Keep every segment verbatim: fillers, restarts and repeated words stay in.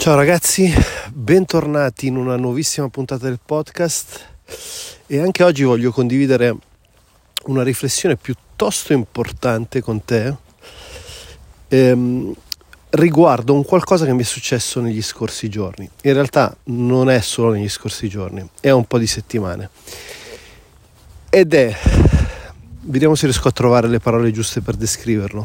Ciao ragazzi, bentornati in una nuovissima puntata del podcast e anche oggi voglio condividere una riflessione piuttosto importante con te ehm, riguardo un qualcosa che mi è successo negli scorsi giorni. In realtà non è solo negli scorsi giorni, è un po' di settimane ed è, vediamo se riesco a trovare le parole giuste per descriverlo.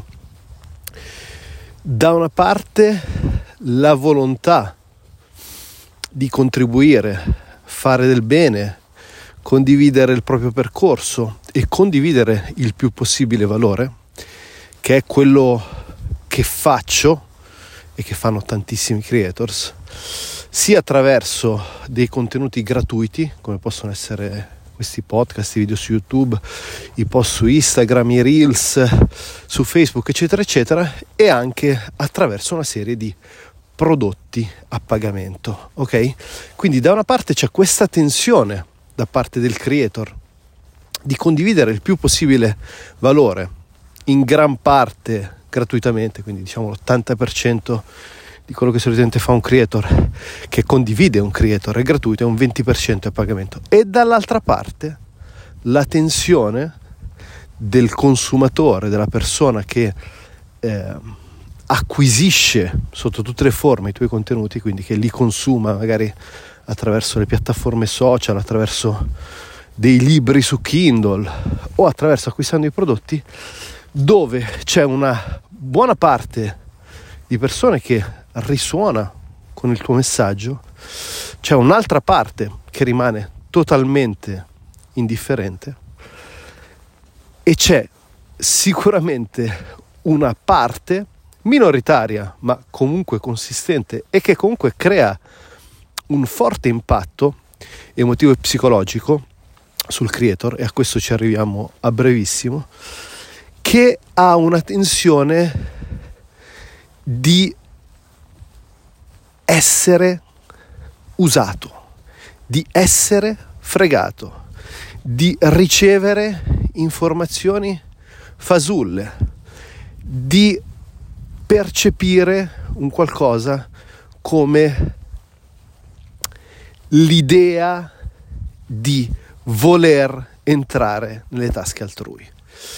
Da una parte la volontà di contribuire, fare del bene, condividere il proprio percorso e condividere il più possibile valore, che è quello che faccio e che fanno tantissimi creators, sia attraverso dei contenuti gratuiti, come possono essere questi podcast, i video su YouTube, i post su Instagram, i Reels su Facebook, eccetera, eccetera, e anche attraverso una serie di prodotti a pagamento, ok? Quindi da una parte c'è questa tensione da parte del creator di condividere il più possibile valore, in gran parte gratuitamente, quindi diciamo l'ottanta per cento di quello che solitamente fa un creator, che condivide un creator, è gratuito, e un venti per cento è a pagamento. E dall'altra parte la tensione del consumatore, della persona che eh, acquisisce sotto tutte le forme i tuoi contenuti, quindi che li consuma magari attraverso le piattaforme social, attraverso dei libri su Kindle o attraverso acquistando i prodotti, dove c'è una buona parte di persone che risuona con il tuo messaggio, c'è un'altra parte che rimane totalmente indifferente e c'è sicuramente una parte minoritaria ma comunque consistente e che comunque crea un forte impatto emotivo e psicologico sul creator, e a questo ci arriviamo a brevissimo, che ha una tensione di essere usato, di essere fregato, di ricevere informazioni fasulle, di percepire un qualcosa come l'idea di voler entrare nelle tasche altrui.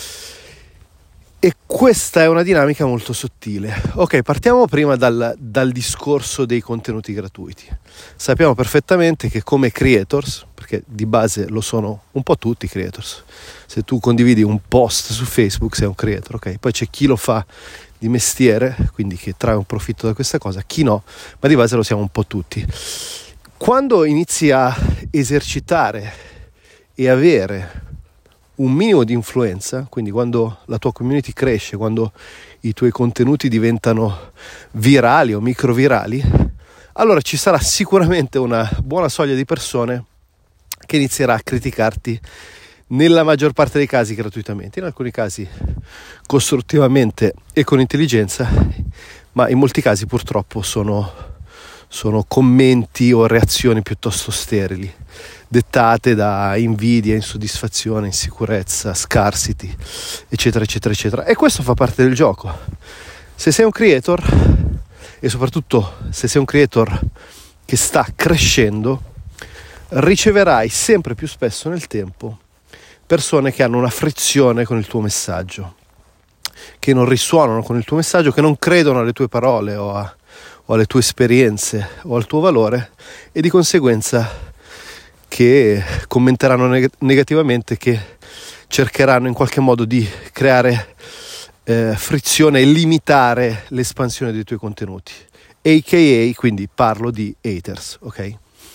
E questa è una dinamica molto sottile. Ok, partiamo prima dal, dal discorso dei contenuti gratuiti. Sappiamo perfettamente che come creators, perché di base lo sono un po' tutti i creators, se tu condividi un post su Facebook sei un creator, ok? Poi c'è chi lo fa di mestiere, quindi che trae un profitto da questa cosa, chi no, ma di base lo siamo un po' tutti. Quando inizi a esercitare e avere un minimo di influenza, quindi quando la tua community cresce, quando i tuoi contenuti diventano virali o microvirali, allora ci sarà sicuramente una buona soglia di persone che inizierà a criticarti, nella maggior parte dei casi gratuitamente, in alcuni casi costruttivamente e con intelligenza, ma in molti casi purtroppo sono, sono commenti o reazioni piuttosto sterili, dettate da invidia, insoddisfazione, insicurezza, scarsity, eccetera, eccetera, eccetera. E questo fa parte del gioco. Se sei un creator, e soprattutto se sei un creator che sta crescendo, riceverai sempre più spesso nel tempo persone che hanno una frizione con il tuo messaggio, che non risuonano con il tuo messaggio, che non credono alle tue parole o, a, o alle tue esperienze o al tuo valore, e di conseguenza che commenteranno neg- negativamente, che cercheranno in qualche modo di creare eh, frizione e limitare l'espansione dei tuoi contenuti, a k a quindi parlo di haters, ok?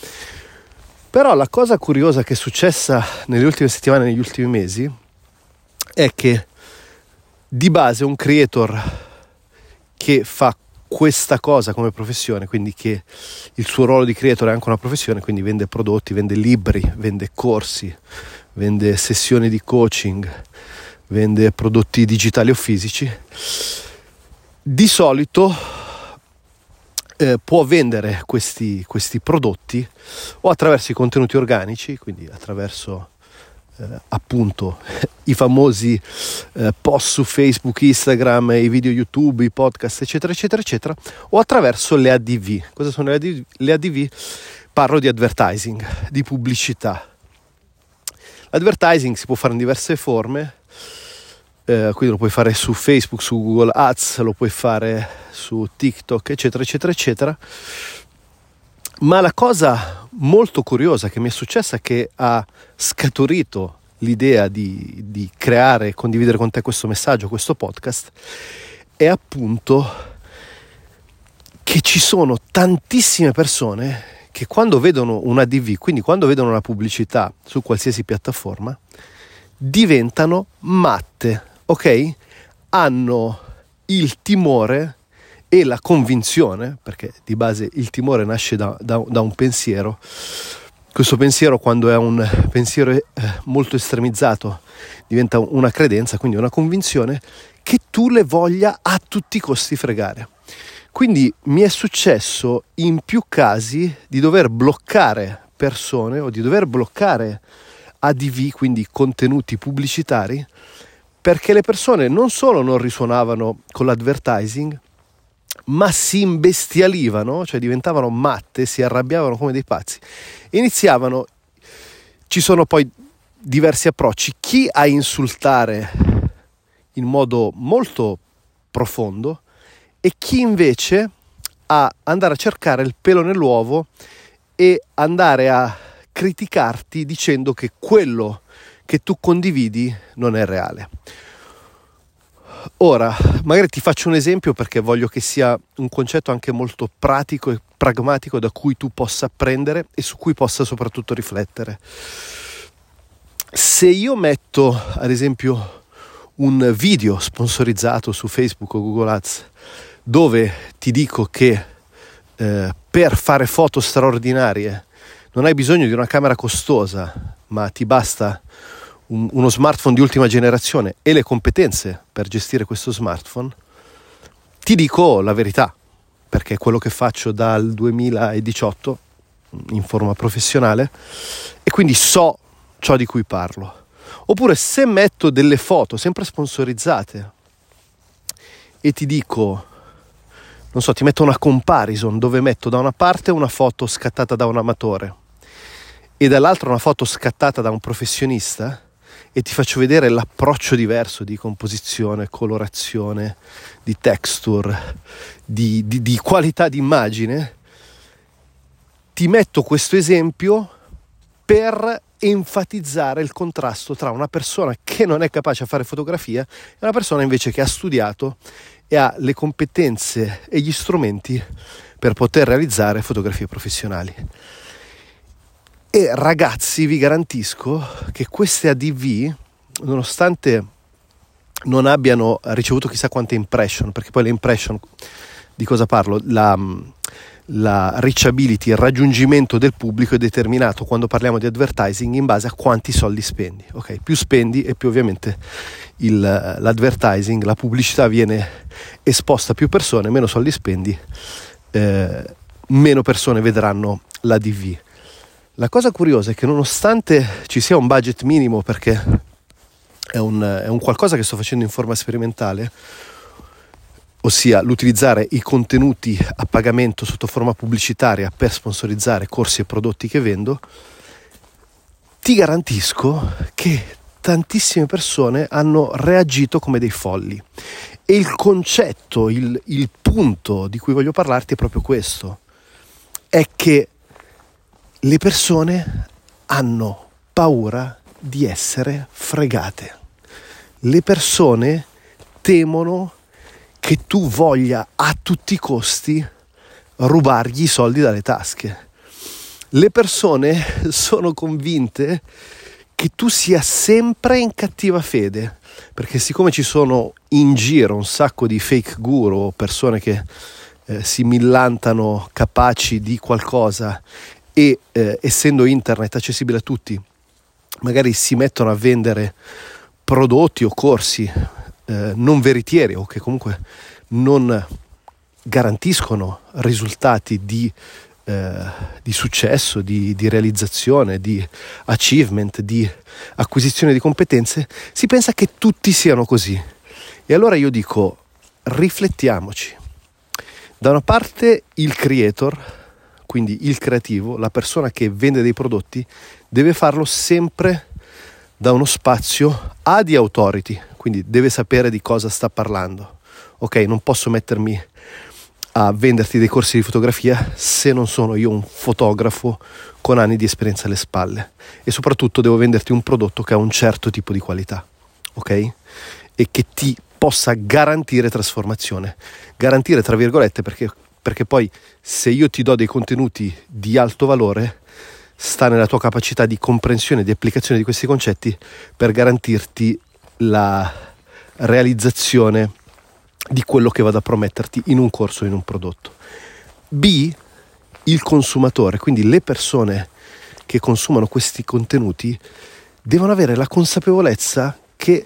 Però la cosa curiosa che è successa nelle ultime settimane, negli ultimi mesi, è che di base un creator che fa questa cosa come professione, quindi che il suo ruolo di creator è anche una professione, quindi vende prodotti, vende libri, vende corsi, vende sessioni di coaching, vende prodotti digitali o fisici, di solito eh, può vendere questi, questi prodotti o attraverso i contenuti organici, quindi attraverso eh, appunto i famosi eh, post su Facebook, Instagram, i video YouTube, i podcast, eccetera, eccetera, eccetera, o attraverso le A D V. Cosa sono le A D V? Le A D V? Parlo di advertising, di pubblicità. L'advertising si può fare in diverse forme, eh, quindi lo puoi fare su Facebook, su Google Ads, lo puoi fare su TikTok, eccetera, eccetera, eccetera. Ma la cosa molto curiosa che mi è successa, che ha scaturito l'idea di, di creare e condividere con te questo messaggio, questo podcast, è appunto che ci sono tantissime persone che quando vedono una A D V, quindi quando vedono una pubblicità su qualsiasi piattaforma, diventano matte, ok? Hanno il timore e la convinzione, perché di base il timore nasce da, da, da un pensiero. Questo pensiero, quando è un pensiero eh, molto estremizzato, diventa una credenza, quindi una convinzione, che tu le voglia a tutti i costi fregare. Quindi mi è successo in più casi di dover bloccare persone o di dover bloccare A D V, quindi contenuti pubblicitari, perché le persone non solo non risuonavano con l'advertising, ma si imbestialivano, cioè diventavano matte, si arrabbiavano come dei pazzi, iniziavano, ci sono poi diversi approcci, chi a insultare in modo molto profondo e chi invece a andare a cercare il pelo nell'uovo e andare a criticarti dicendo che quello che tu condividi non è reale. Ora, magari ti faccio un esempio perché voglio che sia un concetto anche molto pratico e pragmatico da cui tu possa apprendere e su cui possa soprattutto riflettere. Se io metto, ad esempio, un video sponsorizzato su Facebook o Google Ads dove ti dico che eh, per fare foto straordinarie non hai bisogno di una camera costosa, ma ti basta un, uno smartphone di ultima generazione e le competenze per gestire questo smartphone, ti dico la verità, perché è quello che faccio dal duemiladiciotto in forma professionale e quindi so ciò di cui parlo. Oppure se metto delle foto sempre sponsorizzate e ti dico, non so, ti metto una comparison dove metto da una parte una foto scattata da un amatore e dall'altra una foto scattata da un professionista e ti faccio vedere l'approccio diverso di composizione, colorazione, di texture, di, di, di qualità di immagine, ti metto questo esempio per enfatizzare il contrasto tra una persona che non è capace a fare fotografia e una persona invece che ha studiato e ha le competenze e gli strumenti per poter realizzare fotografie professionali. E ragazzi, vi garantisco che queste A D V, nonostante non abbiano ricevuto chissà quante impression, perché poi le impression, di cosa parlo? La, la reachability, il raggiungimento del pubblico è determinato quando parliamo di advertising in base a quanti soldi spendi. Ok, più spendi e più ovviamente il, l'advertising, la pubblicità viene esposta a più persone, meno soldi spendi, eh, meno persone vedranno l'A D V. La cosa curiosa è che nonostante ci sia un budget minimo, perché è un, è un qualcosa che sto facendo in forma sperimentale, ossia l'utilizzare i contenuti a pagamento sotto forma pubblicitaria per sponsorizzare corsi e prodotti che vendo, ti garantisco che tantissime persone hanno reagito come dei folli. E il concetto, il, il punto di cui voglio parlarti è proprio questo, è che le persone hanno paura di essere fregate. Le persone temono che tu voglia a tutti i costi rubargli i soldi dalle tasche. Le persone sono convinte che tu sia sempre in cattiva fede, perché siccome ci sono in giro un sacco di fake guru o persone che eh, si millantano capaci di qualcosa e eh, essendo internet accessibile a tutti, magari si mettono a vendere prodotti o corsi eh, non veritieri o che comunque non garantiscono risultati di eh, di successo, di, di realizzazione, di achievement, di acquisizione di competenze, si pensa che tutti siano così. E allora io dico, riflettiamoci. Da una parte il creator, quindi il creativo, la persona che vende dei prodotti, deve farlo sempre da uno spazio A di authority, quindi deve sapere di cosa sta parlando. Ok, non posso mettermi a venderti dei corsi di fotografia se non sono io un fotografo con anni di esperienza alle spalle, e soprattutto devo venderti un prodotto che ha un certo tipo di qualità, ok? E che ti possa garantire trasformazione, garantire tra virgolette, perché, perché poi se io ti do dei contenuti di alto valore, sta nella tua capacità di comprensione e di applicazione di questi concetti per garantirti la realizzazione di quello che vado a prometterti in un corso o in un prodotto. B, il consumatore, quindi le persone che consumano questi contenuti devono avere la consapevolezza che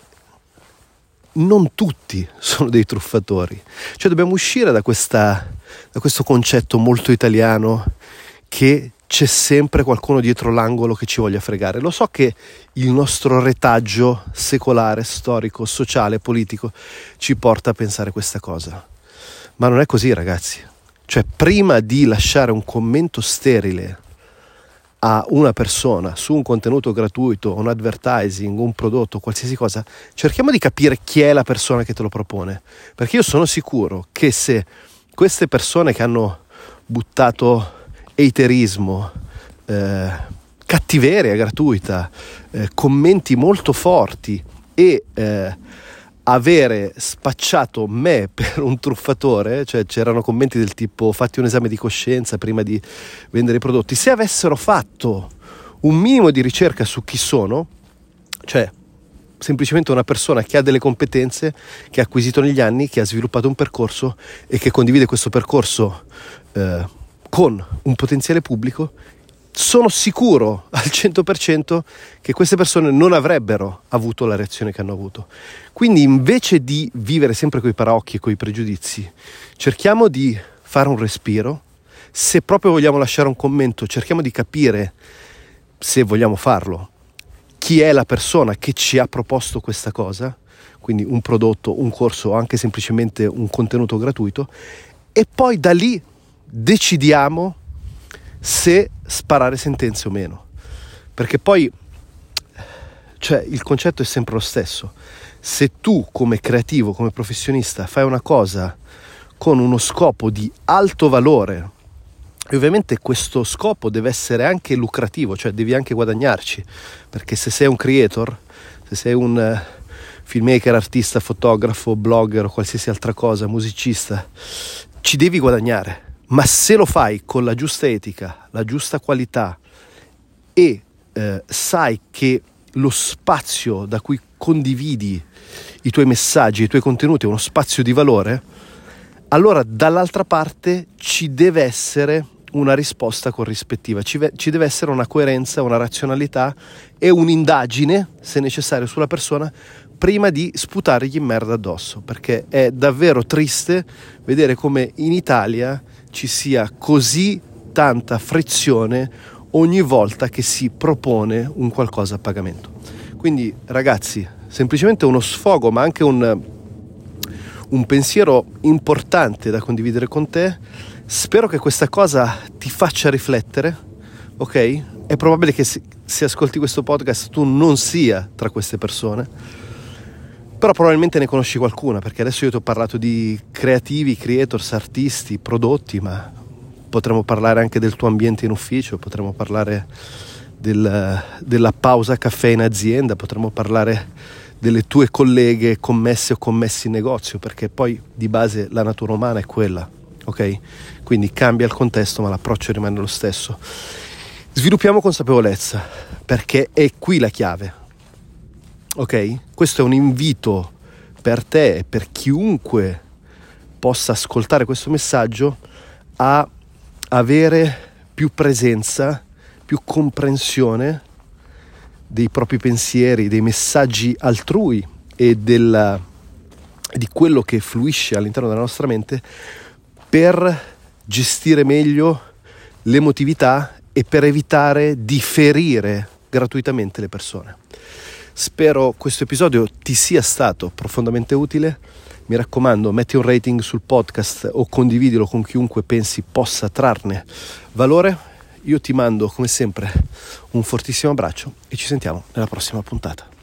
non tutti sono dei truffatori. Cioè dobbiamo uscire da questa, da questo concetto molto italiano che c'è sempre qualcuno dietro l'angolo che ci voglia fregare. Lo so che il nostro retaggio secolare, storico, sociale, politico ci porta a pensare questa cosa, ma non è così, ragazzi. Cioè, prima di lasciare un commento sterile a una persona su un contenuto gratuito, un advertising, un prodotto, qualsiasi cosa, cerchiamo di capire chi è la persona che te lo propone, perché io sono sicuro che se queste persone che hanno buttato haterismo, eh, cattiveria gratuita, eh, commenti molto forti e eh, avere spacciato me per un truffatore, cioè c'erano commenti del tipo fatti un esame di coscienza prima di vendere i prodotti, se avessero fatto un minimo di ricerca su chi sono, cioè semplicemente una persona che ha delle competenze, che ha acquisito negli anni, che ha sviluppato un percorso e che condivide questo percorso eh, con un potenziale pubblico, sono sicuro al cento per cento che queste persone non avrebbero avuto la reazione che hanno avuto. Quindi invece di vivere sempre coi paraocchi e coi pregiudizi, cerchiamo di fare un respiro. Se proprio vogliamo lasciare un commento, cerchiamo di capire, se vogliamo farlo, chi è la persona che ci ha proposto questa cosa, quindi un prodotto, un corso o anche semplicemente un contenuto gratuito, e poi da lì decidiamo se sparare sentenze o meno, perché poi cioè il concetto è sempre lo stesso. Se tu come creativo, come professionista fai una cosa con uno scopo di alto valore, e ovviamente questo scopo deve essere anche lucrativo, cioè devi anche guadagnarci, perché se sei un creator, se sei un filmmaker, artista, fotografo, blogger o qualsiasi altra cosa, musicista, ci devi guadagnare. Ma se lo fai con la giusta etica, la giusta qualità e eh, sai che lo spazio da cui condividi i tuoi messaggi, i tuoi contenuti è uno spazio di valore, allora dall'altra parte ci deve essere una risposta corrispettiva, ci, ve- ci deve essere una coerenza, una razionalità e un'indagine, se necessario, sulla persona prima di sputargli in merda addosso, perché è davvero triste vedere come in Italia ci sia così tanta frizione ogni volta che si propone un qualcosa a pagamento. Quindi ragazzi, semplicemente uno sfogo, ma anche un, un pensiero importante da condividere con te. Spero che questa cosa ti faccia riflettere, ok? È probabile che se, se ascolti questo podcast tu non sia tra queste persone, però probabilmente ne conosci qualcuna, perché adesso io ti ho parlato di creativi, creators, artisti, prodotti, ma potremmo parlare anche del tuo ambiente in ufficio, potremmo parlare del, della pausa caffè in azienda, potremmo parlare delle tue colleghe commesse o commessi in negozio, perché poi di base la natura umana è quella, ok? Quindi cambia il contesto ma l'approccio rimane lo stesso. Sviluppiamo consapevolezza, perché è qui la chiave. Ok? Questo è un invito per te e per chiunque possa ascoltare questo messaggio a avere più presenza, più comprensione dei propri pensieri, dei messaggi altrui e della, di quello che fluisce all'interno della nostra mente, per gestire meglio l'emotività e per evitare di ferire gratuitamente le persone. Spero questo episodio ti sia stato profondamente utile. Mi raccomando, metti un rating sul podcast o condividilo con chiunque pensi possa trarne valore. Io ti mando come sempre un fortissimo abbraccio e ci sentiamo nella prossima puntata.